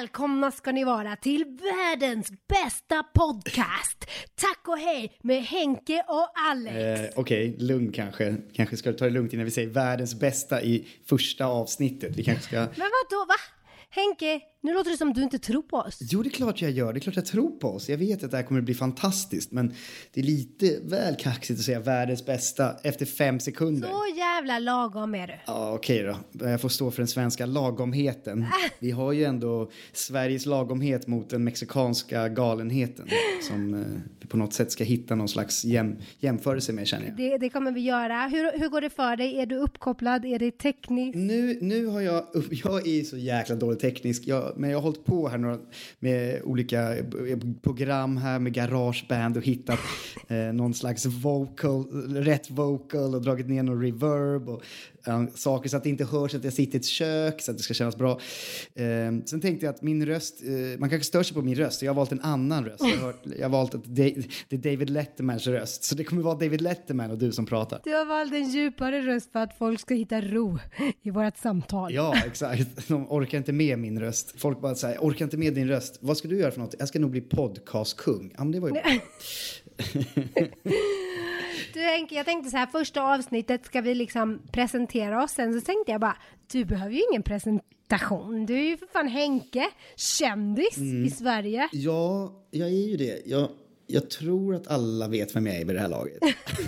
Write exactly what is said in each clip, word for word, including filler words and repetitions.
Välkomna ska ni vara till världens bästa podcast. Tack och hej med Henke och Alex. Eh, Okej, okay, lugn kanske. Kanske ska du ta det lugnt innan vi säger världens bästa i första avsnittet. Vi kanske ska... Men vadå, va? Henke, nu låter det som du inte tror på oss. Jo, det är klart jag gör. Det är klart jag tror på oss. Jag vet att det här kommer att bli fantastiskt. Men det är lite väl kaxigt att säga världens bästa efter fem sekunder. Så jävla lagom är du. Ja, okej okay då. Jag får stå för den svenska lagomheten. Äh. Vi har ju ändå Sveriges lagomhet mot den mexikanska galenheten. Som eh, vi på något sätt ska hitta någon slags jäm, jämförelse med, känner jag. Det, det kommer vi göra. Hur, hur går det för dig? Är du uppkopplad? Är det tekniskt? Nu, nu har jag... Jag är så jäkla dålig teknisk. Jag, men jag har hållit på här några, med olika program här med GarageBand och hittat eh, någon slags vocal, rätt vocal och dragit ner någon reverb och äh, saker så att det inte hörs att jag sitter i ett kök så att det ska kännas bra. Eh, sen tänkte jag att min röst, eh, man kanske stör sig på min röst så jag har valt en annan röst. Jag har, hört, jag har valt att det, det är David Lettermans röst. Så det kommer vara David Letterman och du som pratar. Du har valt en djupare röst för att folk ska hitta ro i vårt samtal. Ja, exakt. De orkar inte med min röst. Folk bara säger, orkar inte med din röst. Vad ska du göra för något? Jag ska nog bli podcastkung. Ja, men det var ju... Du Henke, jag tänkte så här, första avsnittet ska vi liksom presentera oss. Sen så tänkte jag bara, du behöver ju ingen presentation. Du är ju för fan Henke, kändis mm. i Sverige. Ja, jag är ju det. Jag, jag tror att alla vet vem jag är vid det här laget.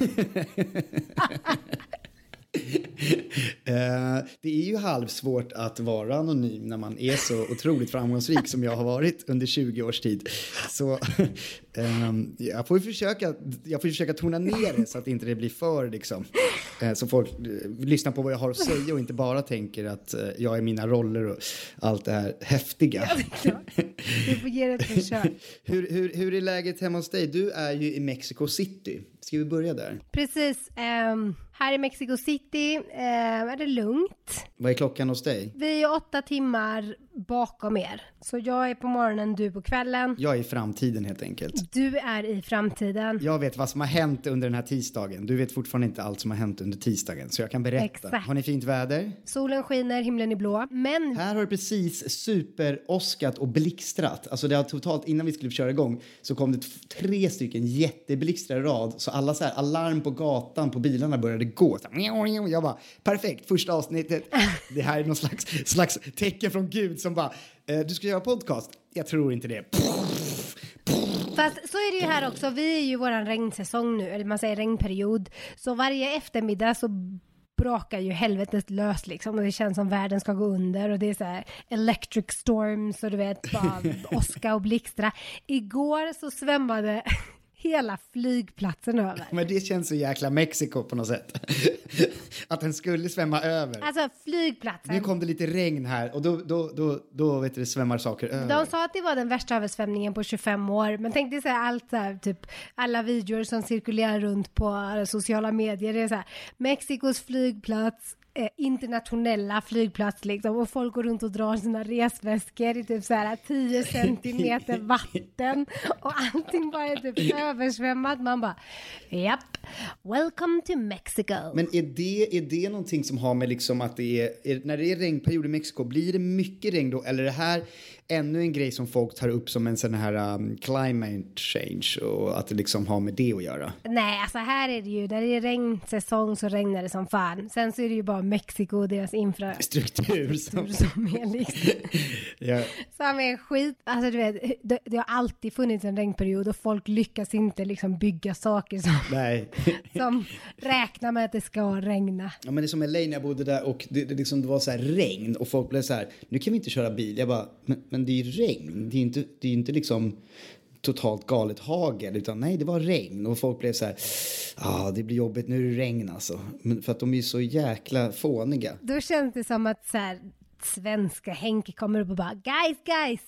Uh, det är ju halvsvårt att vara anonym när man är så otroligt framgångsrik som jag har varit under tjugo års tid. Så um, jag får ju försöka, jag får försöka tona ner det så att inte det blir för liksom, uh, så folk uh, lyssnar på vad jag har att säga och inte bara tänker att uh, jag är mina roller och allt det här häftiga. Ja, det är klart. Du får ge det ett försök. hur, hur, hur är läget hemma hos dig? Du är ju i Mexico City. Ska vi börja där? Precis. Um, här i Mexico City uh, är det lugnt. Vad är klockan hos dig? Vi är åtta timmar bakom er. Så jag är på morgonen, du på kvällen. Jag är i framtiden helt enkelt. Du är i framtiden. Jag vet vad som har hänt under den här tisdagen. Du vet fortfarande inte allt som har hänt under tisdagen. Så jag kan berätta. Exakt. Har ni fint väder? Solen skiner, himlen är blå. Men... Här har det precis superåskat och blixtrat. Alltså det har totalt, innan vi skulle köra igång så kom det t- tre stycken jätteblixtrar i rad. Så alla så här alarm på gatan på bilarna började gå. Så här, jag bara, perfekt, första avsnittet. Det här är någon slags, slags tecken från Gud som bara, eh, du ska göra podcast? Jag tror inte det. Fast så är det ju här också. Vi är ju våran regnsäsong nu, eller man säger regnperiod. Så varje eftermiddag så brakar ju helvetet lös liksom. Och det känns som världen ska gå under. Och det är så här electric storms och du vet, bara åska och blixtra. Igår så svämmade hela flygplatsen över. Men det känns så jäkla Mexiko på något sätt. Att den skulle svämma över. Alltså flygplatsen. Nu kom det lite regn här och då, då, då, då vet du, det svämmar saker över. De sa att det var den värsta översvämningen på tjugofem år. Men tänk dig så här, allt så här, typ alla videor som cirkulerar runt på sociala medier. Det är så här, Mexikos flygplats, eh, internationella flygplats liksom. Och folk går runt och drar sina resväskor i typ så här tio centimeter vatten. Och allting bara är typ översvämmat. Man bara, japp, welcome to Mexico. Men är det, är det någonting som har med liksom att det är, är, när det är regnperiod i Mexiko, blir det mycket regn då? Eller är det här ännu en grej som folk tar upp som en sån här um, climate change och att det liksom har med det att göra? Nej, alltså här är det ju, där det är regnsäsong så regnar det som fan. Sen så är det ju bara Mexiko och deras infrastruktur som, som är liksom ja. som är skit. Alltså du vet, det, det har alltid funnits en regnperiod och folk lyckas inte liksom bygga saker som, Nej. som räknar med att det ska regna. Ja, men det är som L A när jag bodde där och det, det, liksom, det var så här regn och folk blev så här, nu kan vi inte köra bil. Jag bara, men, men det är ju regn. Det är inte, det är inte liksom totalt galet hagel, utan nej, det var regn och folk blev så här, ja, ah, det blir jobbigt, nu är det regn alltså. Men för att de är så jäkla fåniga. Då känns det som att så här, svenska Henke kommer upp och bara, guys, guys,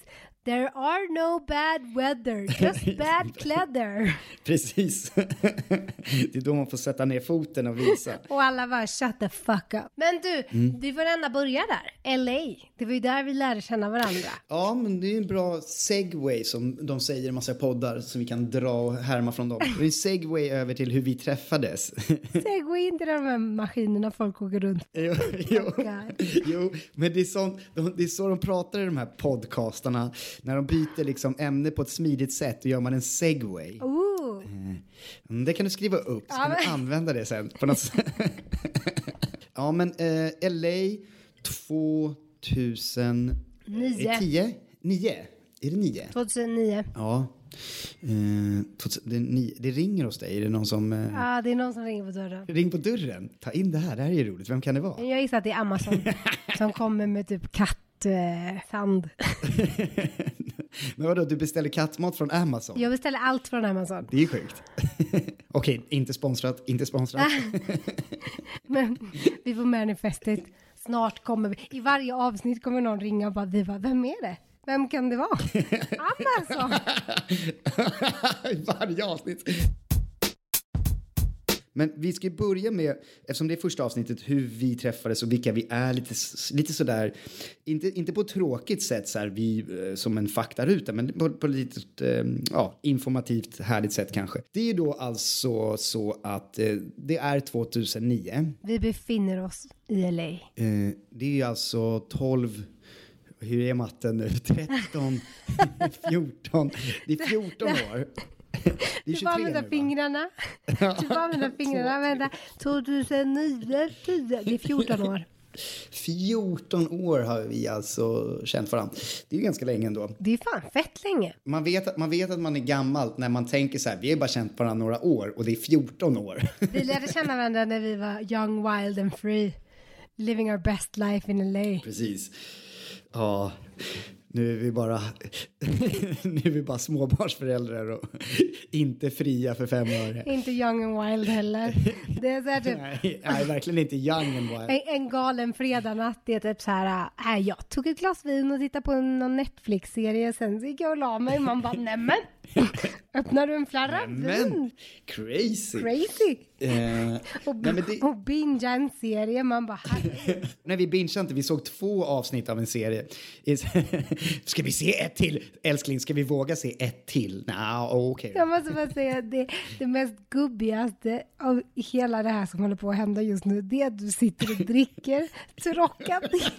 There are no bad weather, just bad kläder. Precis. Det är då man får sätta ner foten och visa. Och alla bara, shut the fuck up. Men du, mm. vi får ändå börja där. L A, det var ju där vi lärde känna varandra. Ja, men det är en bra segway som de säger i en massa poddar som vi kan dra och härma från dem. Det är en segway över till hur vi träffades. Segway, inte de här maskinerna folk åker runt. Jo, jo, jo, men det är, sånt, de, det är så de pratar i de här podcastarna. När de byter liksom ämne på ett smidigt sätt, då gör man en segway. Ooh. Mm, det kan du skriva upp, så ja, kan men... du använda det sen på något sätt. Ja, men eh, L A tjugohundranio. Nio? Nio? Är det nio? tjugohundranio. Ja. Eh, det, ni, det ringer hos dig. Är det någon som... Eh... Ja, det är någon som ringer på dörren. Ring på dörren. Ta in det här. Det här är ju roligt. Vem kan det vara? Jag gissar att det är Amazon som kommer med typ kattsand. Men vadå, du beställer kattmat från Amazon? Jag beställer allt från Amazon. Det är sjukt. Okej, inte sponsrat. Inte sponsrat. Men vi får manifestet. Snart kommer vi. I varje avsnitt kommer någon ringa och bara, vi bara, vem är det? Vem kan det vara? Amazon! I varje avsnitt. Men vi ska börja med, eftersom det är första avsnittet, hur vi träffades och vilka vi är. Lite, lite sådär, inte, inte på ett tråkigt sätt så här, vi, som en faktaruta, men på, på lite ja, informativt, härligt sätt kanske. Det är då alltså så att eh, det är tjugohundranio. Vi befinner oss i L A. Eh, det är alltså tolv... Hur är matten nu? tretton, fjorton. Det är fjorton år. Det är du får använda fingrarna. Du får använda fingrarna. Vänta. tjugohundranio, tio. Det är fjorton år. fjorton år har vi alltså känt varandra. Det är ju ganska länge ändå. Det är fan fett länge. Man vet, man vet att man är gammal när man tänker så här, vi har bara känt varandra några år och det är fjorton år. Vi lärde känna varandra när vi var young, wild and free. Living our best life in L A. Precis. Ja, nu är vi bara nu är vi bara småbarnsföräldrar och inte fria för fem år. Inte young and wild heller. Det är så här typ, nej, nej, verkligen inte young and wild. En, en galen fredagnatt, det är typ så här, äh, jag tog ett glas vin och tittade på någon Netflix-serie, sen så gick jag och la mig. Man bara, nämen, öppnar du en flarra vin? Crazy. Crazy. Eh, och, nej, men det... och binga en serie, man bara, nej, vi bingeade inte, vi såg två avsnitt av en serie. Ska vi se ett till? Älskling, ska vi våga se ett till? Nej, okej. Okay. Jag måste bara säga, det, det mest gubbigaste av hela det här som håller på att hända just nu, det är att du sitter och dricker Trocadero.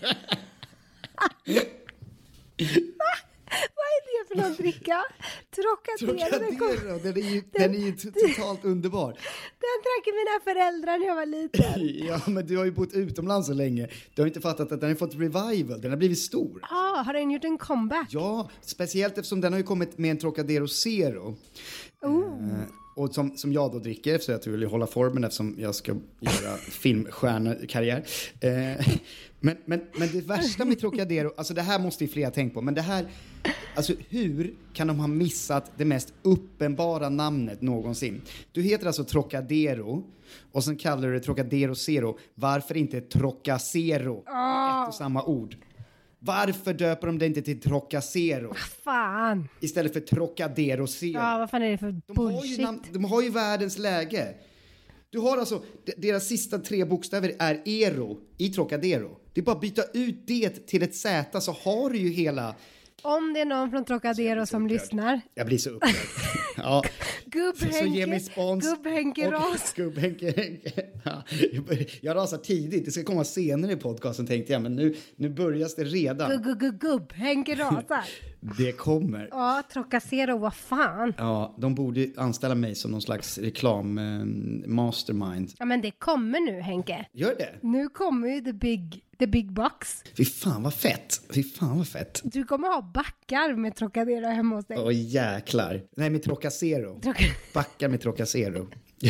Vad är det för någon dricka? Trocadero. Trocadero, den är ju, den, den är ju totalt underbar. Den drack mina föräldrar när jag var liten. Ja, men du har ju bott utomlands så länge. Du har inte fattat att den har fått revival. Den har blivit stor. Ja, ah, har den gjort en comeback? Ja, speciellt eftersom den har ju kommit med en Trocadero Zero. Oh. Eh, och som, som jag då dricker, så att jag vill hålla formen eftersom jag ska göra filmstjärnekarriär. Eh, men, men, men det värsta med Trocadero, alltså det här måste ju fler tänka på, men det här, alltså hur kan de ha missat det mest uppenbara namnet någonsin? Du heter alltså Trocadero och sen kallar du det Trocadero Zero. Varför inte Trocacero? Oh. Ett och samma ord. Varför döper de det inte till Trocacero? Fan. Istället för Trocadero Zero. Ja, vad fan är det för de bullshit? Har ju namn, de har ju världens läge. Du har alltså, deras sista tre bokstäver är Ero i Trocadero. Det är bara att byta ut det till ett Z, så har du ju hela... Om det är någon från Trocadero som upprörd. lyssnar. Jag blir så upprörd. Ja. Gubb-Henke. Spons. Gubb-Henke ras. Gubb-Henke. Ja. Jag rasar tidigt. Det ska komma senare i podcasten, tänkte jag. Men nu, nu börjar det redan. Gubb-Henke rasar. Det kommer. Ja, Trocacero, vad fan. Ja, de borde anställa mig som någon slags reklam eh, mastermind. Ja, men det kommer nu, Henke. Gör det? Nu kommer ju the big, the big box. Fy fan vad fett. Fy fan vad fett. Du kommer ha backar med Trocadero hemma hos dig. Åh jäklar. Nej, med Trocacero. Troca- Backar med Trocacero.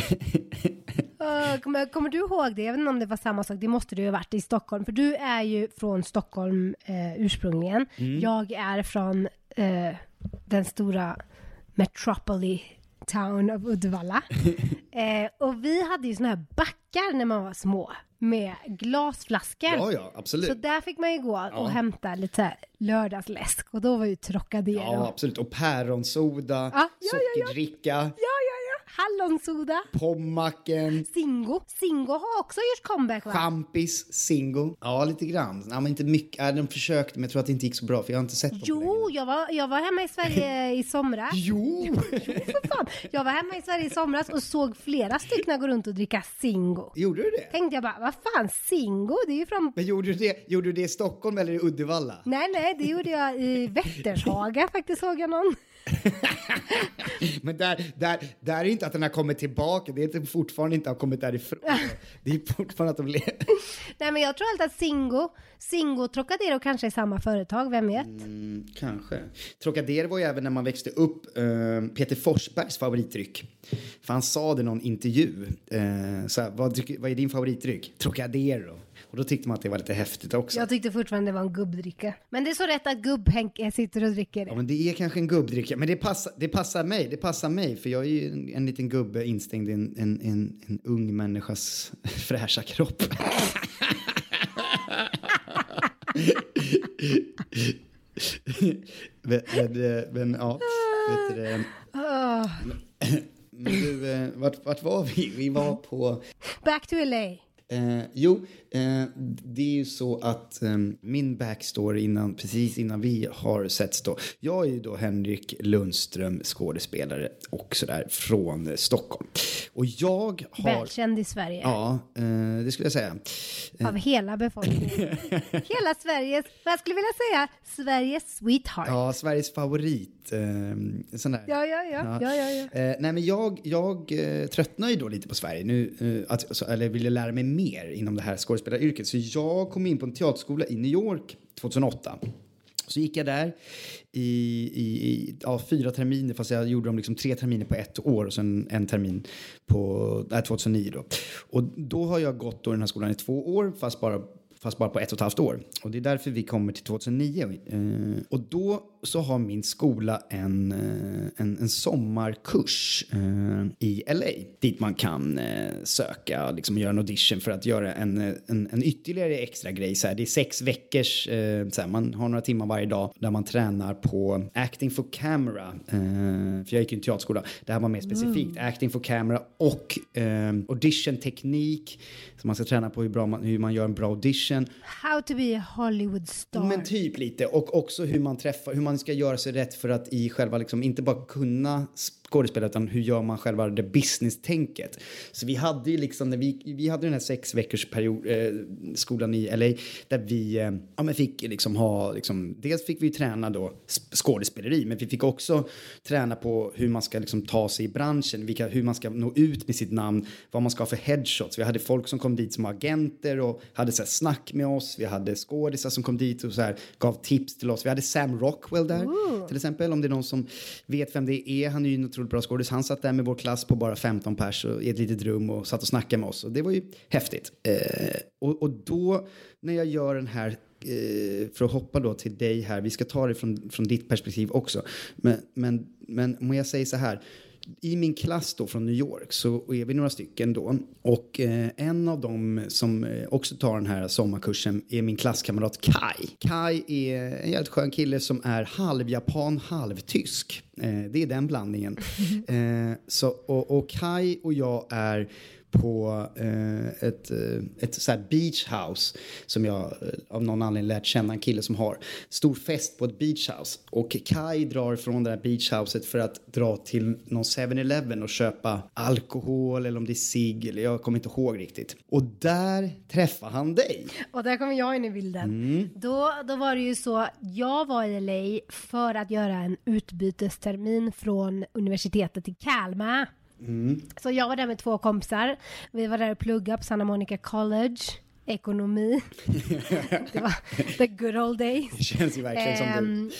uh, kommer, kommer du ihåg det? Jag vet inte om det var samma sak. Det måste du ju ha varit i Stockholm. För du är ju från Stockholm eh, ursprungligen. Mm. Jag är från eh, den stora metropolis town av Uddevalla. eh, och vi hade ju såna här backar när man var små. med glasflaskor. Ja, ja, absolut. Så där fick man ju gå Ja. och hämta lite så här lördagsläsk. Och då var ju Trocadero. Ja, absolut. Och päronsoda, Ja, ja, ja, ja. sockerdricka, Ja, ja, ja. Hallonsoda. pommacken, Singo. Singo har också gjort comeback, va? champis, singo. Ja, lite grann. Ja, men inte mycket. Ja, de försökte, men jag tror att det inte gick så bra, för jag har inte sett dem. Jo, jag var, jag var hemma i Sverige i somras. Jo! För fan. Jag var hemma i Sverige i somras och såg flera stycken gå runt och dricka Singo. Gjorde du det? Tänkte jag bara, vad fan, Singo? Det är ju från... Men gjorde du det, gjorde du det i Stockholm eller i Uddevalla? Nej, nej, det gjorde jag i Vättershaga faktiskt, såg jag någon. Men där, där, där är inte att den har kommit tillbaka. Det är inte, fortfarande inte har kommit därifrån. Det är fortfarande att de lever. Nej, men jag tror alltid att Singo, Singo och Trocadero kanske är samma företag, vem vet? Mm, kanske. Trocadero var ju även när man växte upp eh, Peter Forsbergs favoritdryck. För han sa det i någon intervju. Eh, så här, vad, dryck- vad är din favoritdryck? Trocadero. Och då tyckte man att det var lite häftigt också. Jag tyckte fortfarande det var en gubbdricka. Men det är så rätt att gubb-Henke sitter och dricker det. Ja, men det är kanske en gubbdricka. Men det passar, det passar mig. Det passar mig. För jag är ju en, en liten gubbe instängd i en, en, en, en ung människas fräscha kropp. men, men, men ja, vet du det. Oh. Men du, eh, vart, vart var vi? Vi var på... Back to L A. Eh, jo, eh, det är ju så att eh, min backstory innan, precis innan vi har setts då. Jag är ju då Henrik Lundström, skådespelare och sådär från eh, Stockholm. Och jag har... Välkänd i Sverige. Ja, eh, det skulle jag säga. Av hela befolkningen. Hela Sveriges, vad jag skulle vilja säga, Sveriges sweetheart. Ja, Sveriges favorit. Eh, sån där. Ja, ja, ja. ja. ja, ja. Eh, nej, men jag, jag eh, tröttnar ju då lite på Sverige nu, eh, att, så, eller ville lära mig mer inom det här skådespelaryrket. Så jag kom in på en teaterskola i New York tjugohundraåtta. Så gick jag där i, i, i ja, fyra terminer, fast jag gjorde dem liksom tre terminer på ett år och sen en termin på nej, tjugohundranio då. Och då har jag gått då i den här skolan i två år, fast bara fast bara på ett och ett halvt år. Och det är därför vi kommer till tjugohundranio. Eh, och då så har min skola en, en, en sommarkurs eh, i L A. Dit man kan eh, söka, liksom göra en audition för att göra en, en, en ytterligare extra grej. Så här, det är sex veckors, eh, så här, man har några timmar varje dag där man tränar på acting for camera. Eh, för jag gick ju i en teaterskola. Det här var mer specifikt. Mm. Acting for camera och eh, audition-teknik. Så man ska träna på hur, bra man, hur man gör en bra audition. How to be a Hollywood star. Men typ lite. Och också hur man träffar, hur man ska göra sig rätt för att i själva liksom inte bara kunna skådespela, utan hur gör man själva det business-tänket. Så vi hade ju liksom, när vi, vi hade den här sex veckors period, eh, skolan i L A där vi eh, ja, men fick liksom ha, liksom, dels fick vi träna då skådespeleri, men vi fick också träna på hur man ska liksom ta sig i branschen, vilka, hur man ska nå ut med sitt namn, vad man ska ha för headshots. Vi hade folk som kom dit som agenter och hade så här snack med oss. Vi hade skådisar som kom dit och så här gav tips till oss. Vi hade Sam Rockwell där, Ooh. till exempel, om det är någon som vet vem det är. Han är ju en otroligt bra skådis. Han satt där med vår klass på bara femton pers och, i ett litet rum och satt och snackade med oss. Och det var ju häftigt. Eh, och, och då, när jag gör den här, eh, för att hoppa då till dig här, vi ska ta det från, från ditt perspektiv också. Men, men, men om jag säger så här, i min klass då från New York så är vi några stycken då, och eh, en av dem som eh, också tar den här sommarkursen är min klasskamrat Kai. Kai är en jävligt skön kille som är halvjapan, halvtysk. Eh, det är den blandningen. Eh, så, och, och Kai och jag är på eh, ett, ett så här beach house som jag eh, av någon anledning lärt känna en kille som har stor fest på ett beach house, och Kai drar från det här beach houset för att dra till någon seven eleven och köpa alkohol eller om det är cigg, eller jag kommer inte ihåg riktigt, och där träffar han dig. Och där kommer jag in i bilden. Mm. Då, då var det ju så, jag var i L A för att göra en utbytestermin från universitetet i Kalmar. Mm. Så jag var där med två kompisar. Vi var där och pluggade på Santa Monica College. Ekonomi. Det var the good old days. Det känns ju verkligen um, som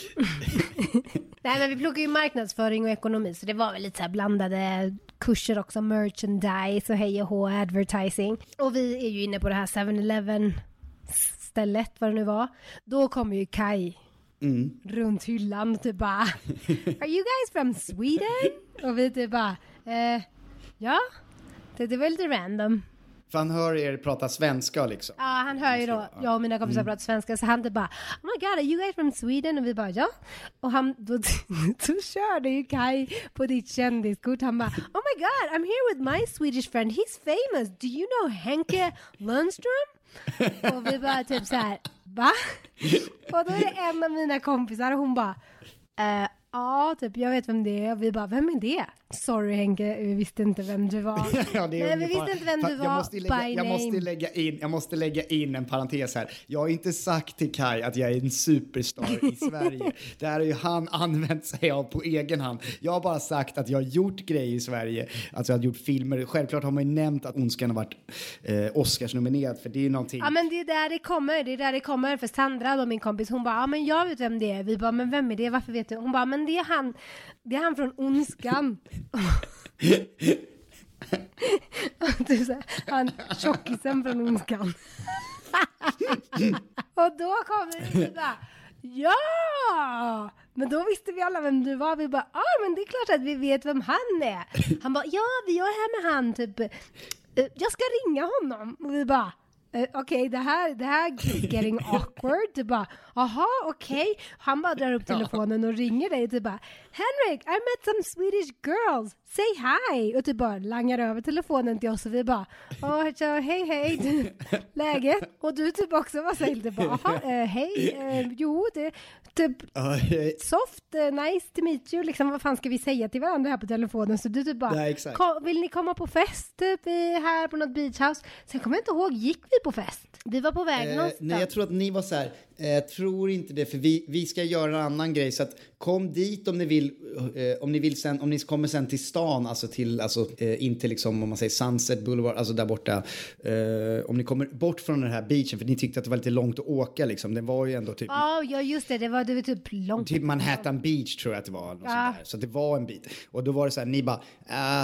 du. Nej, men vi pluggade ju marknadsföring och ekonomi, så det var väl lite så här blandade kurser också. Merchandise och hej och hå, advertising. Och vi är ju inne på det här seven eleven stället, vad det nu var. Då kom ju Kai mm. runt hyllan och typ bara Are you guys from Sweden? Och vi typ bara Eh, ja, det, det var lite random. För han hör er prata svenska liksom. Ja, han hör ju då, jag och mina kompisar mm. pratar svenska, så han det bara, oh my god, are you guys from Sweden? Och vi bara, ja. Och han, då, så körde ju Kai på ditt kändiskort, han bara, oh my god, I'm here with my Swedish friend, he's famous, do you know Henke Lundström? Och vi bara typ så här, va? Och då är det en av mina kompisar och hon bara, eh, ja, typ, jag vet vem det är. Och vi bara, vem är det? Sorry Henke, vi visste inte vem du var. Ja, det är Nej, vi visste inte vem du var. Jag måste, lägga, by jag, måste lägga in, jag måste lägga in en parentes här. Jag har inte sagt till Kai att jag är en superstar i Sverige. Det här har ju han använt sig av på egen hand. Jag har bara sagt att jag har gjort grejer i Sverige. Alltså jag har gjort filmer. Självklart har man ju nämnt att Ondskan har varit eh, Oscars-nominerad. För det är ju någonting. Ja, men det är där det kommer. Det är där det kommer. För Sandra då, min kompis, hon bara, ja men jag vet vem det är. Vi bara, men vem är det? Varför vet du? Hon bara, men det är han. Det är han från Ondskan. Du säger, han tjockisen från Ondskan. Och då kommer vi bara, ja! Men då visste vi alla vem du var. Vi bara, ja ah, men det är klart att vi vet vem han är. Han bara, ja vi är här med han typ. Jag ska ringa honom. Och vi bara, Uh, okej, okay, det här det här is getting awkward. Du bara, aha, okej. Okay. Han bara drar upp telefonen och ringer dig. Du bara, Henrik, I met some Swedish girls. Say hi. Och du bara langar över telefonen till oss och vi bara, åh, oh, hej, hej. Läget? Och du typ också var så du bara, aha, uh, hej. Uh, jo, det typ soft, uh, nice to meet you. Liksom, vad fan ska vi säga till varandra här på telefonen? Så du typ bara, ja, kom, vill ni komma på fest typ här på något beachhouse? Sen kommer jag inte ihåg, gick vi på fest? Vi var på väg eh, någonstans. Nej, jag tror att ni var så här, eh, tror inte det, för vi, vi ska göra en annan grej, så att kom dit om ni vill, eh, om ni vill sen, om ni kommer sen till stan, alltså till, alltså eh, in till liksom, om man säger Sunset Boulevard, alltså där borta, eh, om ni kommer bort från den här beachen, för ni tyckte att det var lite långt att åka liksom, det var ju ändå typ, oh, ja just det, det var, det var typ långt. Typ Manhattan Beach tror jag att det var, ja. Så det var en bit, och då var det så här, ni bara, äh,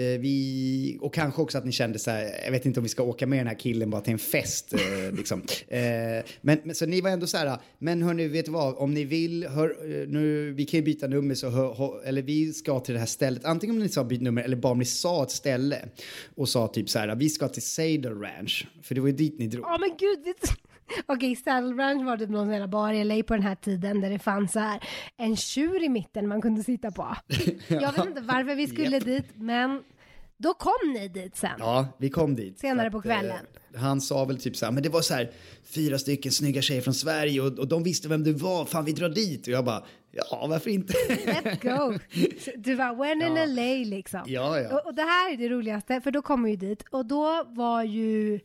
vi, och kanske också att ni kände så här, jag vet inte om vi ska åka med den här killen bara till en fest eh, liksom. eh, men, men så ni var ändå så här, men hörni, vet du vad, om ni vill hör, nu, vi kan ju byta nummer så hör, hör, eller vi ska till det här stället, antingen om ni sa byt nummer eller bara om ni sa ett ställe och sa typ så här, vi ska till Cedar Ranch, för det var ju dit ni drog. Ja, oh, men gud, vet du. Okej, okay, Saddle Ranch var typ någon jävla bar i L A på den här tiden där det fanns så här en tjur i mitten man kunde sitta på. Jag vet inte varför vi skulle yep. dit, men då kom ni dit sen. Ja, vi kom dit. Senare att, på kvällen. Eh, han sa väl typ så här, men det var så här fyra stycken snygga tjejer från Sverige och, och de visste vem du var. Fan, vi drar dit. Och jag bara, ja, varför inte? Let's go. Du var when in ja. L A liksom. Ja, ja. Och, och det här är det roligaste, för då kom vi ju dit. Och då var ju...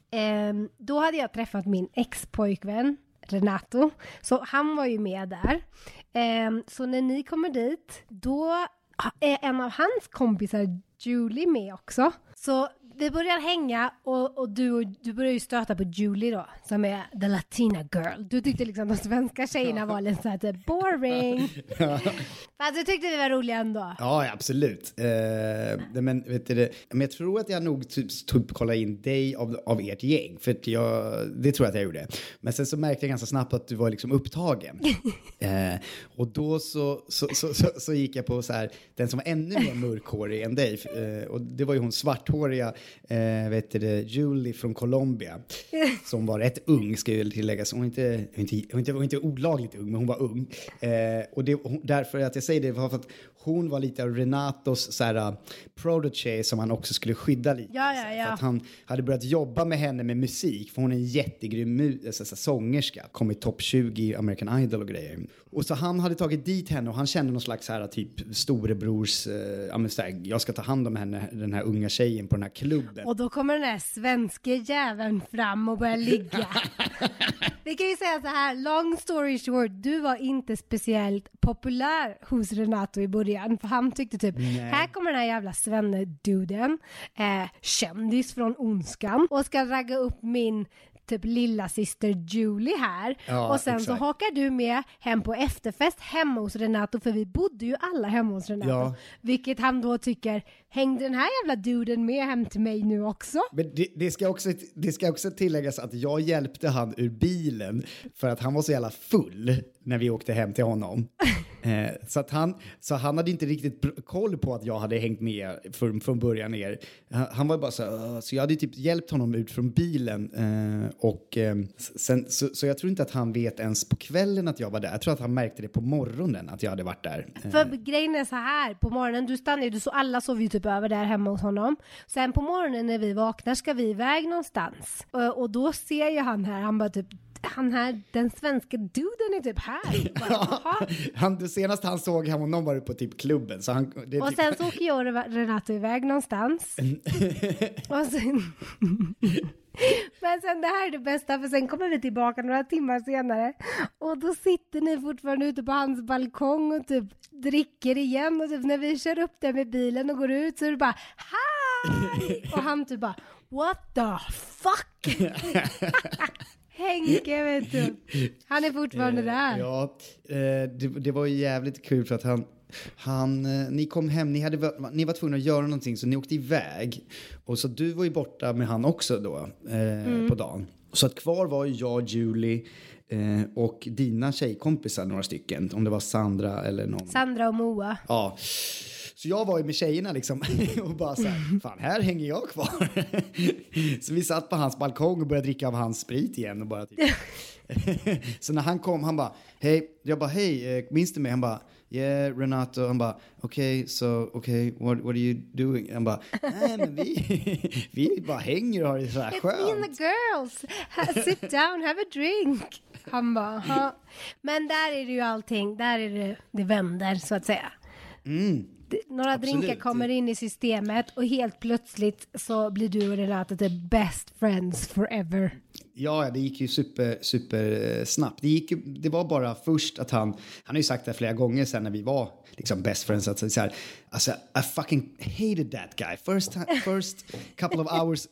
Um, då hade jag träffat min ex-pojkvän Renato, så han var ju med där. Um, så när ni kommer dit, då är en av hans kompisar Julie med också. Så vi börjar hänga och, och du, du börjar ju stöta på Julie då, som är the Latina girl. Du tyckte liksom de svenska tjejerna var lite så här typ boring. Ja. Fast du tyckte vi var roliga ändå. Ja, absolut. Eh, men, vet du, men jag tror att jag nog typ, typ kollade in dig av, av ert gäng. För att jag, det tror jag att jag gjorde. Men sen så märkte jag ganska snabbt att du var liksom upptagen. eh, och då så, så, så, så, så gick jag på så här, den som var ännu mer mörkhårig än dig. Eh, och det var ju hon svarthåriga Eh, vet du, Julie från Colombia som var rätt ung, ska jag tillägga, så hon inte, inte, hon inte, hon inte olagligt ung, men hon var ung eh, och det, hon, därför att jag säger det var för att hon var lite av Renatos så här, protege som han också skulle skydda lite. Ja, ja, ja. För att han hade börjat jobba med henne med musik, för hon är en jättegrym mu- så, så, sångerska, kom i topp tjugo i American Idol och grejer. Och så han hade tagit dit henne och han kände någon slags här, typ storebrors, eh, ja, men så här, jag ska ta hand om henne, den här unga tjejen på den här klubben. Och då kommer den här svenska jäveln fram och börjar ligga. Vi kan ju säga så här, long story short, du var inte speciellt populär hos Renato i början, för han tyckte typ, nej, här kommer den här jävla svenne-duden, eh, kändis från Ondskan, och ska ragga upp min typ lilla syster Julie här. Ja, och sen exakt. Så hakar du med hem på efterfest hemma hos Renato, för vi bodde ju alla hemma hos Renato. Ja. Vilket han då tycker, hängde den här jävla duden med hem till mig nu också? Men det, det, ska också, det ska också tilläggas att jag hjälpte han ur bilen för att han var så jävla full när vi åkte hem till honom. Eh, så, att han, så han hade inte riktigt pr- koll på att jag hade hängt med för, från början ner. Han, han var bara så här, så jag hade typ hjälpt honom ut från bilen. Eh, och eh, sen, så, så jag tror inte att han vet ens på kvällen att jag var där. Jag tror att han märkte det på morgonen att jag hade varit där. Eh. För grejen är så här, på morgonen, du stannar ju, så alla sov ju typ över där hemma hos honom. Sen på morgonen när vi vaknar ska vi iväg någonstans. Och, och då ser ju han här, han bara typ, han här, den svenska duden är typ här. Bara, han, det senaste han såg honom var på typ klubben. Så han, det och typ... sen så åker jag och Renato iväg någonstans. och sen... Men sen det här är det bästa, för sen kommer vi tillbaka några timmar senare och då sitter ni fortfarande ute på hans balkong och typ dricker igen, och typ när vi kör upp där med bilen och går ut så är det bara hej, och han typ bara what the fuck. Henke, vet du, han är fortfarande eh, där. Ja, eh, det, det var ju jävligt kul för att han Han, ni kom hem, ni, hade, ni var tvungna att göra någonting så ni åkte iväg. Och så du var ju borta med han också då eh, mm. på dagen. Så att kvar var ju jag, Julie eh, och dina tjejkompisar, några stycken. Om det var Sandra eller någon. Sandra och Moa. Ja. Så jag var ju med tjejerna liksom och bara så här, fan här hänger jag kvar. Så vi satt på hans balkong och började dricka av hans sprit igen och bara typ. Så när han kom, han bara, hej, jag bara, hej, minns du mig? Han bara, yeah, Renato. Han bara, okej, okay, so, okej, okay, what, what are you doing? Han bara, nej men vi, vi bara hänger och har det så här skönt. It's me and the girls. Sit down, have a drink. Han bara, ha. Men där är det ju allting, där är det, det vänder så att säga. Mm. Några Absolut. drinkar kommer in i systemet och helt plötsligt så blir du och Renato the best friends forever. Ja, det gick ju super, super snabbt. Det, gick, det var bara först att han, han har ju sagt det flera gånger sen när vi var liksom best friends, att så här, alltså, I fucking hated that guy. First, first couple of hours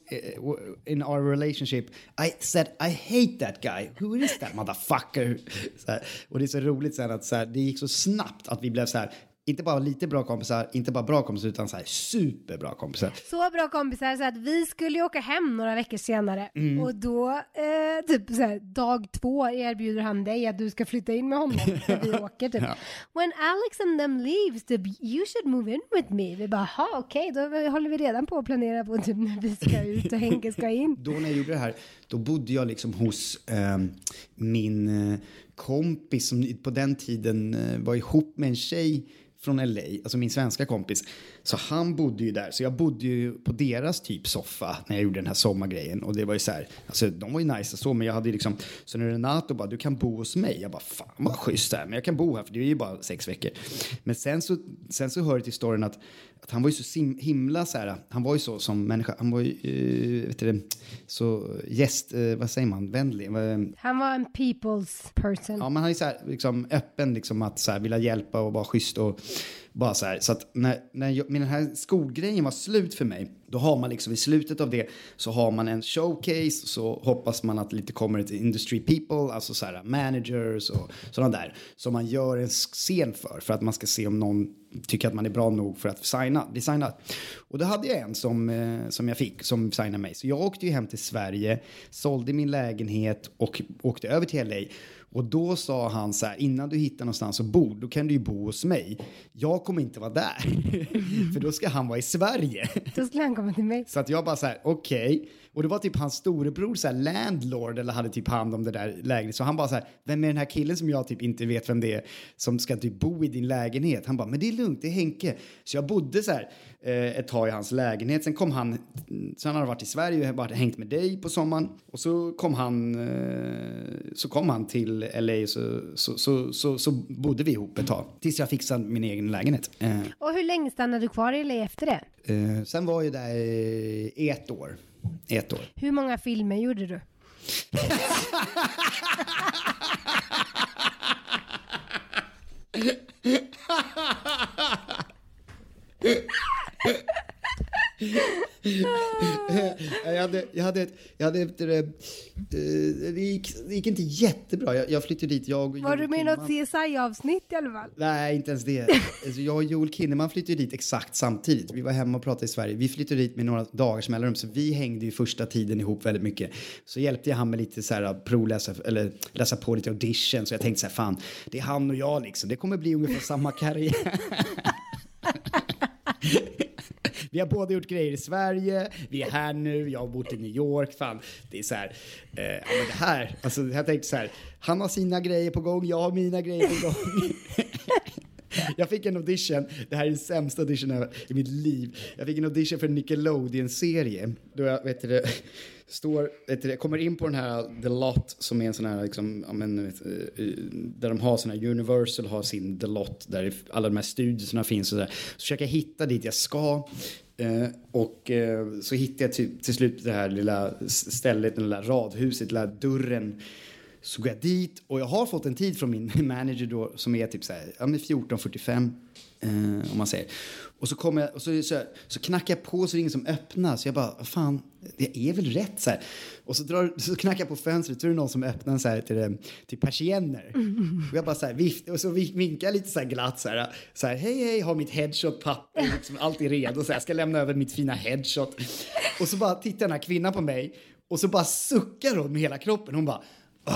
in our relationship, I said I hate that guy. Who is that motherfucker? Så här, och det är så roligt sen att så här, det gick så snabbt att vi blev så här, inte bara lite bra kompisar, inte bara bra kompisar utan så här superbra kompisar. Så bra kompisar så att vi skulle åka hem några veckor senare. Mm. Och då, eh, typ så här, dag två erbjuder han dig att du ska flytta in med honom när vi åker typ. Ja. When Alex and them leaves, typ, you should move in with me. Vi bara, ha okej, okay, då håller vi redan på att planera på typ när vi ska ut och Henke ska in. Då när jag gjorde det här, då bodde jag liksom hos eh, min eh, kompis som på den tiden eh, var ihop med en tjej från L A, alltså min svenska kompis. Så han bodde ju där. Så jag bodde ju på deras typ soffa när jag gjorde den här sommargrejen. Och det var ju så här, alltså de var ju nice så, men jag hade liksom, så när Renato bara, du kan bo hos mig. Jag bara, fan vad schysst där, men jag kan bo här för det är ju bara sex veckor. Men sen så, sen så hör det till storyn att, att han var ju så sim, himla så här, han var ju så som människa, han var ju, uh, vet du det, så gäst, uh, vad säger man, vänlig. Han var en people's person. Ja, men han är så här, liksom öppen liksom att så här, vilja hjälpa och vara schysst och bara så här. Så att när, när jag, med den här skolgrejen var slut för mig, då har man liksom i slutet av det så har man en showcase, så hoppas man att lite kommer ett industry people, alltså så här managers och sådana där, som man gör en scen för, för att man ska se om någon tycker att man är bra nog för att signa, bli signad. Och då hade jag en som, eh, som jag fick, som signade mig. Så jag åkte ju hem till Sverige, sålde min lägenhet och åkte över till L A. Och då sa han så här, innan du hittar någonstans att bo, då kan du ju bo hos mig. Jag kommer inte vara där. För då ska han vara i Sverige. Då skulle han komma till mig. Så att jag bara så här, okej. Okay. Och det var typ hans storebror, så här, landlord, eller hade typ hand om det där lägenhet. Så han bara så här, vem är den här killen som jag typ inte vet vem det är, som ska typ bo i din lägenhet? Han bara, men det är lugnt, det är Henke. Så jag bodde så här eh, ett tag i hans lägenhet. Sen kom han, så han hade varit i Sverige och bara hängt med dig på sommaren. Och så kom han, eh, så kom han till L A, så, så, så, så, så bodde vi ihop ett tag. Tills jag fixade min egen lägenhet. Eh. Och hur länge stannade du kvar i L A efter det? Eh, sen var jag där i ett år. Ett år. Hur många filmer gjorde du? jag, hade, hade, jag hade, ett, jag hade efter det, uh, det, gick, det gick inte jättebra. Jag, jag flyttade dit. Jag, Var du med något C S I-avsnitt i alla fall? Nej, inte ens det. Alltså, jag och Joel Kinnaman flyttade dit exakt samtidigt. Vi var hemma och pratade i Sverige. Vi flyttade dit med några dagars mellanrum, så vi hängde ju första tiden ihop väldigt mycket. Så hjälpte jag han med lite så här provläsa, eller läsa på lite audition. Så jag tänkte så här, fan, det är han och jag liksom. Det kommer bli ungefär samma karriär. Vi har båda gjort grejer i Sverige. Vi är här nu. Jag har bott i New York. Fan, det är så här. Eh, ja, men det här. Alltså, jag tänkte så här. Han har sina grejer på gång. Jag har mina grejer på gång. Jag fick en audition. Det här är den sämsta auditionen i mitt liv. Jag fick en audition för en Nickelodeon-serie. Då jag, vet du, står, vet du, kommer in på den här The Lot, som är en sån här liksom, ja, men, vet, där de har sån här, Universal har sin The Lot, där alla de här studierna finns och så där. Så försöker jag hitta dit jag ska. Eh, och eh, så hittade jag till, till slut det här lilla stället, det lilla radhuset, den lilla dörren. Så går jag dit och jag har fått en tid från min manager då, som är typ så här, ja, fjorton fyrtiofem eh, om man säger. Och så kommer jag, och så, så, så knackar jag på, så är det ingen som öppnar. Så jag bara, fan, det är väl rätt så här. Och så, drar, så knackar jag på fönstret, så är det någon som öppnar så här till, till persienner. Mm. Och jag bara så här, vift, och så vinkar jag lite så här glatt så här, så här, hej hej, har mitt headshot-papper, liksom, allt är redo, så här, ska lämna över mitt fina headshot. Och så bara tittar den här kvinnan på mig, och så bara suckar hon med hela kroppen. Hon bara,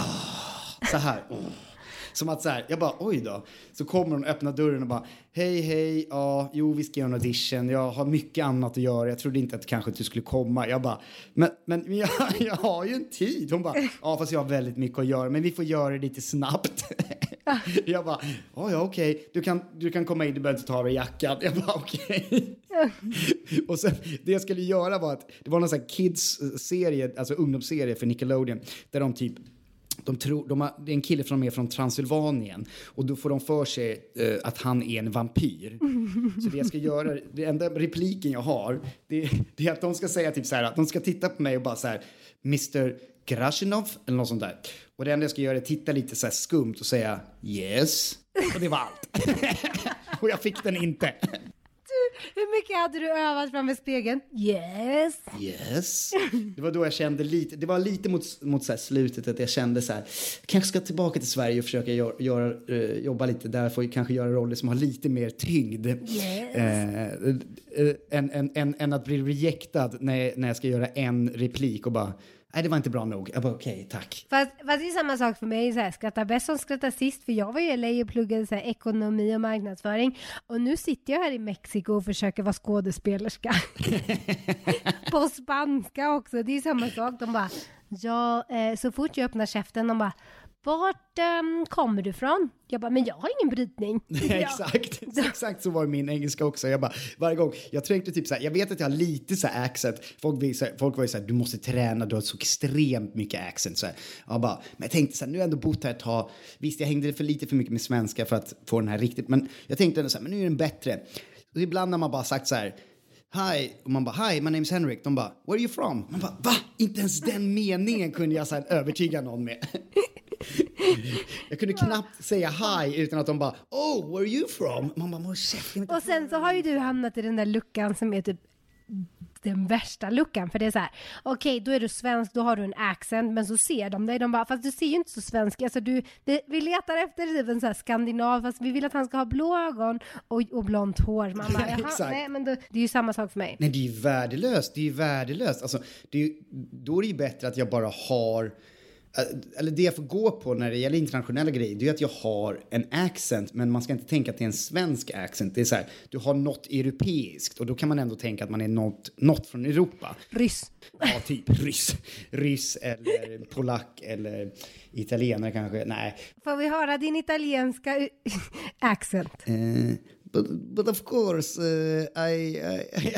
oh, så här, oh. Som att så här, jag bara, oj då. Så kommer hon och öppnar dörren och bara, hej hej, ja, jo vi ska göra en audition. Jag har mycket annat att göra. Jag trodde inte att kanske du skulle komma. Jag bara, men, men jag, jag har ju en tid. Hon bara, ja fast jag har väldigt mycket att göra. Men vi får göra det lite snabbt. Jag bara, oh, ja okej. Okay. Du, kan, du kan komma in, du behöver inte ta av dig jackan. Jag bara, okej. Okay. Och sen, det jag skulle göra var att, det var någon sån här kids-serie, alltså ungdomsserie för Nickelodeon. Där de typ, De tror, de har, det är en kille från, är från Transylvanien, och då får de för sig uh, att han är en vampyr. Så det jag ska göra, det enda repliken jag har, det, det är att de ska säga typ så här, att de ska titta på mig och bara så här, mister Grashinov eller något sånt där. Och det enda jag ska göra är titta lite så här skumt och säga yes. Och det var allt. Och jag fick den inte. Hur mycket hade du övat framför spegeln? Yes. Yes. Det var då jag kände lite, det var lite mot, mot så här slutet att jag kände så här, jag kanske ska tillbaka till Sverige och försöka gör, göra, uh, jobba lite där, för kanske göra roller som har lite mer tyngd. Yes. Uh, uh, än, än, än, än att bli rejectad när, när jag ska göra en replik och bara, nej det var inte bra nog. Jag bara okej, okay, tack. Fast, fast det är samma sak för mig, så här, skrattar bäst som skrattar sist, för jag var ju i L A och pluggade så här, ekonomi och marknadsföring, och nu sitter jag här i Mexiko och försöker vara skådespelerska. På spanska också, det är samma sak. De bara, ja, eh, så fort jag öppnar käften, de bara, vart um, kommer du ifrån? Jag bara, men jag har ingen brytning. Exakt, exakt så var min engelska också. Jag bara, varje gång, jag tänkte typ så här, jag vet att jag har lite så här accent. Folk, folk var ju så här, du måste träna, du har så extremt mycket accent. Så här. Jag bara, men jag tänkte så här, nu har jag ändå bott här ett tag. Visst, jag hängde för lite för mycket med svenska för att få den här riktigt. Men jag tänkte ändå så här, men nu är den bättre. Så ibland när man bara sagt så här, hi, och man bara, hi, my name is Henrik. De bara, where are you from? Man bara, va? Inte ens den meningen kunde jag så här övertyga någon med. Jag kunde knappt säga hi utan att de bara, oh, where are you from? Man bara, och sen så har ju du hamnat i den där luckan som är typ den värsta luckan, för det är så här, okej, okay, då är du svensk, då har du en accent, men så ser de dig, de bara, fast du ser ju inte så svensk, alltså du, det, vi letar efter typ en så här skandinav, fast vi vill att han ska ha blå ögon och, och blont hår. Man bara, jaha, nej, men då, det är ju samma sak för mig. Nej, det är ju värdelöst, det är ju värdelöst, alltså, det är ju, då är det ju bättre att jag bara har, eller det jag får gå på när det gäller internationella grejer, det är att jag har en accent, men man ska inte tänka att det är en svensk accent. Det är så här, du har något europeiskt, och då kan man ändå tänka att man är något, något från Europa. Ryss. Ja, typ ryss. Ryss eller polack eller italienare kanske. Nej. Får vi höra din italienska accent? Uh, but, but of course, uh, I... I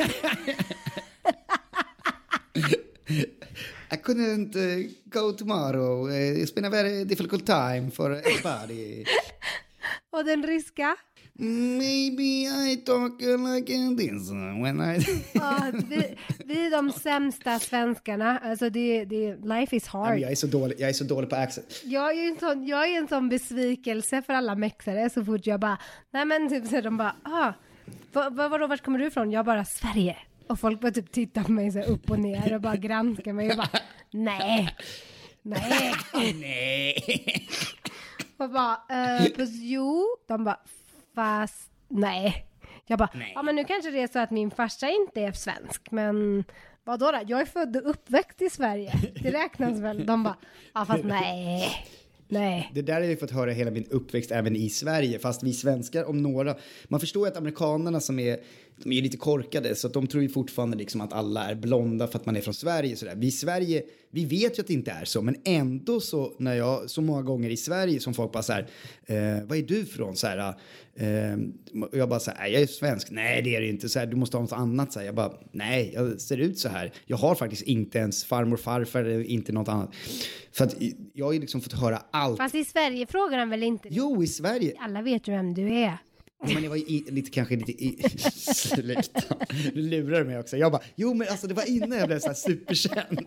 I couldn't uh, go tomorrow. Uh, it's been a very difficult time for everybody. Och den ryska? Maybe I talk like this when I... Ja, vi, vi är de sämsta svenskarna. Alltså det, det, life is hard. Jag är så dålig, jag är så dålig på accent. Jag är en sån, jag är en sån besvikelse för alla mexare så fort jag bara, nej men typ så de bara, ah, vad, vad, vadå, vart kommer du ifrån? Jag bara, Sverige. Och folk bara typ tittar på mig så här upp och ner och bara granskar mig och bara, nej, nej, nej. Och bara, eh, fast jo, de bara, fast nej. Jag bara, nej. Ja men nu kanske det är så att min farsa inte är svensk, men vadå då? Jag är född och uppväxt i Sverige. Det räknas väl? De bara, ja fast nej. Nej. Det där har vi fått höra hela min uppväxt även i Sverige, fast vi svenskar om några, man förstår ju att amerikanerna som är, de är lite korkade så att de tror ju fortfarande liksom att alla är blonda för att man är från Sverige så där. Vi i Sverige, vi vet ju att det inte är så, men ändå så när jag så många gånger i Sverige som folk bara så här, eh, vad är du från så här, eh, jag bara så här, jag är svensk, nej det är det inte så här, du måste ha något annat så här. Jag bara, nej, jag ser ut så här, jag har faktiskt inte ens farmor, farfar eller inte något annat, för att jag har ju liksom fått höra allt. Fast i Sverige frågar han väl inte det? Jo, i Sverige. Alla vet ju vem du är. Men det var i, lite kanske lite i, sluta. Du lurar mig också. Jag bara, jo men alltså det var innan jag blev så här superkänd.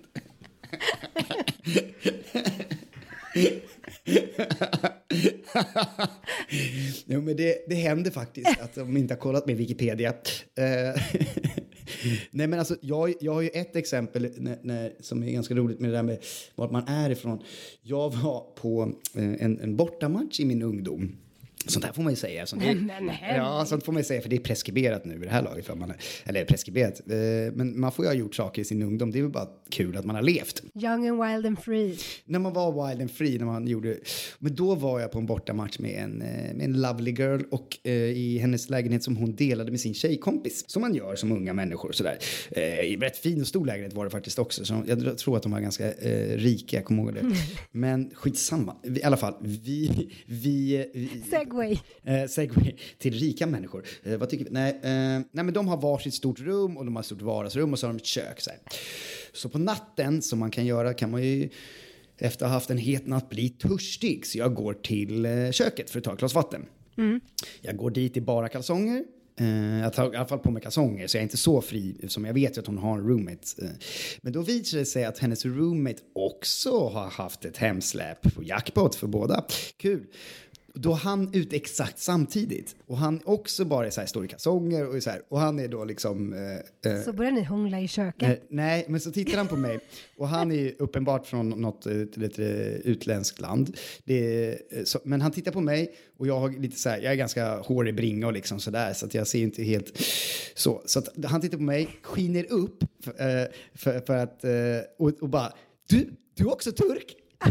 Jo men det, det händer faktiskt att de inte har kollat med Wikipedia. Nej men alltså jag, jag har ju ett exempel när, när, som är ganska roligt med det där med vart man är ifrån. Jag var på en, en bortamatch i min ungdom. Sånt här får man ju säga. Sånt nej, är, nej, nej. Ja, sånt får man ju säga för det är preskriberat nu i det här laget. För man är, eller preskriberat. Men man får ju ha gjort saker i sin ungdom. Det är väl bara kul att man har levt. Young and wild and free. När man var wild and free. När man gjorde, men då var jag på en bortamatch med en, med en lovely girl. Och eh, i hennes lägenhet som hon delade med sin tjejkompis. Som man gör som unga människor. Sådär. Eh, rätt fin och stor lägenhet var det faktiskt också. Så jag tror att de var ganska eh, rika. Jag kommer ihåg det. Mm. Men skitsamma. I alla fall. Vi... vi, vi Segway. Eh, segway till rika människor. Eh, vad tycker vi? Nej, eh, nej, men de har varsitt stort rum och de har ett stort vardagsrum och så har de ett kök. Så, här. Så på natten, som man kan göra, kan man ju efter att ha haft en het natt bli törstig. Så jag går till eh, köket för att ta ett glas vatten. Mm. Jag går dit i bara kalsonger. Uh, jag tar i alla fall på mig kalsonger så jag är inte så fri som jag vet att hon har en roommate. Uh, men då visar det sig att hennes roommate också har haft ett hemsläp på jackpot för båda. Kul. Då han ut exakt samtidigt. Och han också bara så här står i kalsonger och så här. Och han är då liksom... Eh, så börjar ni hångla i köket? Eh, nej, men så tittar han på mig. Och han är uppenbart från något ett, ett, ett utländskt land. Det är, så, men han tittar på mig och jag har lite så här, jag är ganska hårig bringa och liksom så där. Så att jag ser inte helt så. Så att han tittar på mig, skiner upp för, för, för att... Och, och bara, du, du är också turk?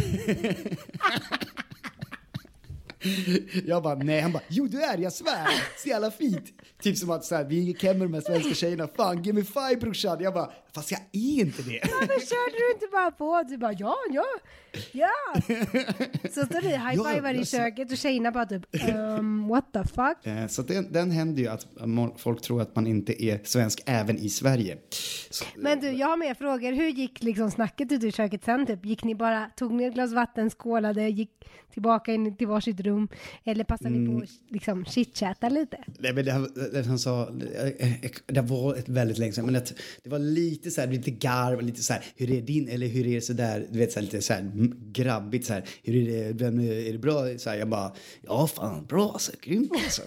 Jag bara, nej. Han bara, jo du är, jag svär. Så jävla fint. Typ som att så här, vi gick hem med de här svenska tjejerna. Fan, give me five brorsan. Jag bara, fast jag är inte det. Varför körde du inte bara på? Du bara, ja, ja, ja. Så står ni high-fivar ja, i köket och tjejerna bara typ, um, what the fuck? Eh, så den, den händer ju att folk tror att man inte är svensk även i Sverige. Så, men du, jag har mer frågor. Hur gick liksom snacket ut i köket sen? Typ? Gick ni bara, tog ni ett glas vatten, skålade, gick tillbaka in till varsitt rum? Eller passade mm. ni på att liksom chitchatta lite? Nej, men det, det, han sa, det, det var ett väldigt länge sedan, men det, det var lite så här, lite garv, lite så här, hur är din, eller hur är det så där, du vet så här, lite så här grabbigt så här, hur är det, vem, är det bra? Så här, jag bara, ja fan, bra, så grymt alltså.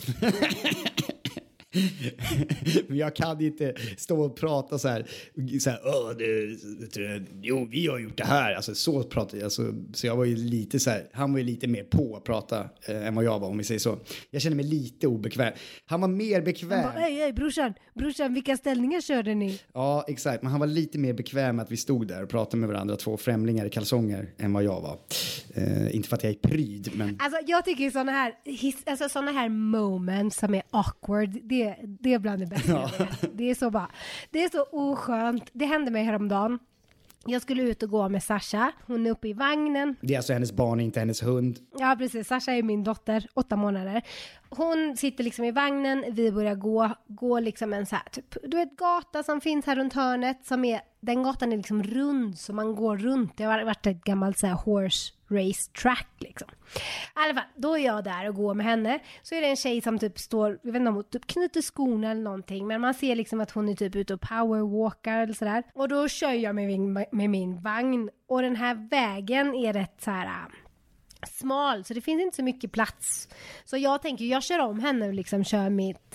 Men jag kan inte stå och prata så här, så här Åh, det, det, jo, vi har gjort det här, alltså så pratar jag, alltså, så jag var ju lite så här, han var ju lite mer på att prata eh, än vad jag var, om vi säger så. Jag känner mig lite obekväm. Han var mer bekväm. Han bara, hej, hej, brorsan, brorsan, vilka ställningar körde ni? Ja, exakt, men han var lite mer bekväm med att vi stod där och pratade med varandra, två främlingar i kalsonger, än vad jag var. Eh, inte för att jag är pryd, men... Alltså, jag tycker sådana här, his, alltså, såna här moments som är awkward, det Det, det är bland det bästa. Ja. Det är så bara, det är så oskönt. Det hände mig häromdagen. Jag skulle ut och gå med Sasha. Hon är uppe i vagnen. Det är alltså hennes barn, inte hennes hund. Ja, precis. Sasha är min dotter, åtta månader. Hon sitter liksom i vagnen. Vi börjar gå. Gå liksom en så här, typ, du vet, gata som finns här runt hörnet. Som är, den gatan är liksom rund, så man går runt. Det har varit ett gammalt så här horse race track liksom. I alla fall, då är jag där och går med henne. Så är det en tjej som typ står, jag vet inte om hon typ knyter skorna eller någonting, men man ser liksom att hon är typ ute och powerwalkar eller sådär. Och då kör jag med min, med min vagn, och den här vägen är rätt så här smal, så det finns inte så mycket plats. Så jag tänker, jag kör om henne och liksom kör mitt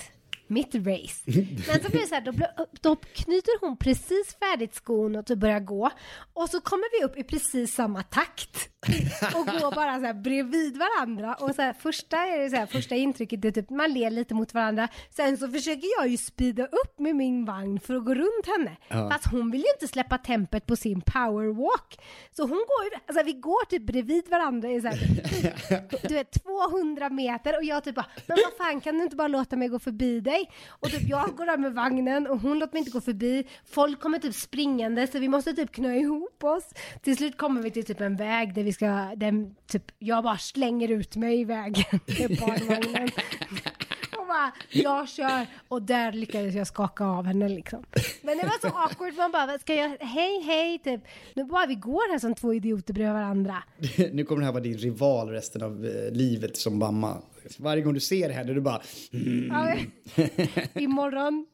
mitt race. Men så blir det så här, då, då knyter hon precis färdigt skon och typ börjar gå. Och så kommer vi upp i precis samma takt. Och går bara så här bredvid varandra. Och så här, första, är det så här, första intrycket är typ man ler lite mot varandra. Sen så försöker jag ju speeda upp med min vagn för att gå runt henne. Ja. Fast hon vill ju inte släppa tempet på sin powerwalk. Så hon går ju, alltså vi går typ bredvid varandra i så här, du vet, tvåhundra meter. Och jag typ bara, men vad fan, kan du inte bara låta mig gå förbi dig? Och typ jag går där med vagnen och hon låter mig inte gå förbi. Folk kommer typ springande så vi måste typ knö ihop oss. Till slut kommer vi till typ en väg där vi ska, där typ jag bara slänger ut mig i vägen med barnvagnen. Och bara, jag kör och där lyckades jag skaka av henne liksom. Men det var så awkward, man bara, ska jag, hej hej typ, nu bara vi går här som två idioter bredvid varandra. Nu kommer det här vara din rival resten av eh, livet som mamma. Varje gång du ser henne du bara mm. Ja, imorgon.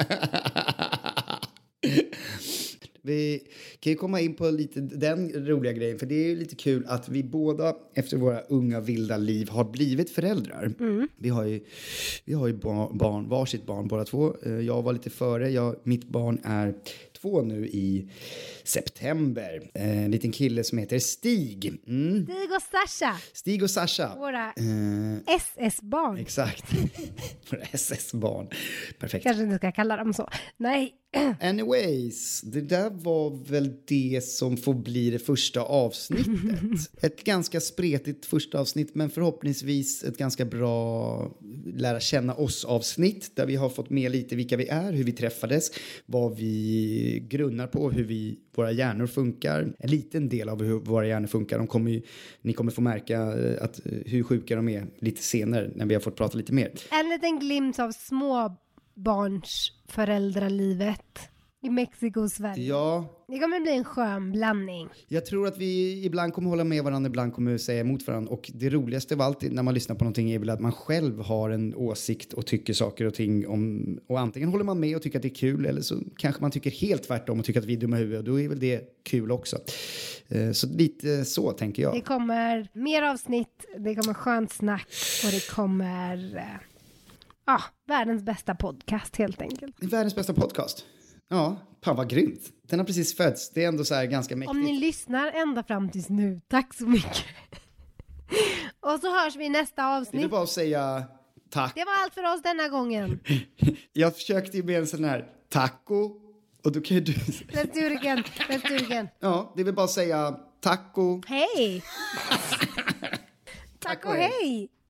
Vi kan ju komma in på lite den roliga grejen. För det är ju lite kul att vi båda efter våra unga vilda liv har blivit föräldrar. Mm. Vi har ju, vi har ju barn, barn, varsitt barn båda två. Jag var lite före. Jag, mitt barn är två nu i september. En liten kille som heter Stig. Mm. Stig och Sasha. Stig och Sasha. Våra uh, S S-barn. Exakt. Våra S S-barn. Perfekt. Kanske inte ska kalla dem så. Nej. Anyways, det där var väl det som får bli det första avsnittet. Ett ganska spretigt första avsnitt, men förhoppningsvis ett ganska bra lära känna oss avsnitt där vi har fått med lite vilka vi är, hur vi träffades, vad vi grunnar på, hur vi, våra hjärnor funkar. En liten del av hur våra hjärnor funkar. De kommer ju, ni kommer få märka att, hur sjuka de är lite senare när vi har fått prata lite mer. En liten glimt av små barns föräldralivet i Mexiko och Sverige. Ja. Det kommer bli en skön blandning. Jag tror att vi ibland kommer hålla med varandra, ibland kommer säga emot varandra. Och det roligaste av allt när man lyssnar på någonting är väl att man själv har en åsikt och tycker saker och ting om. Och antingen håller man med och tycker att det är kul, eller så kanske man tycker helt tvärtom och tycker att vi är dumma huvud. Då är väl det kul också. Så lite så tänker jag. Det kommer mer avsnitt, det kommer skönt snack och det kommer... Ja, ah, världens bästa podcast helt enkelt. Världens bästa podcast. Ja, fan vad grymt. Den har precis fötts. Det är ändå så här ganska mäktigt. Om ni lyssnar ända fram tills nu, tack så mycket. Och så hörs vi i nästa avsnitt. Det är bara att säga tack. Det var allt för oss denna gången. Jag försökte ju med en sån här taco. Och då kan ju du... Let's do it again. Let's do it again. Ja, det vill bara säga taco. Hej. Tack och hej.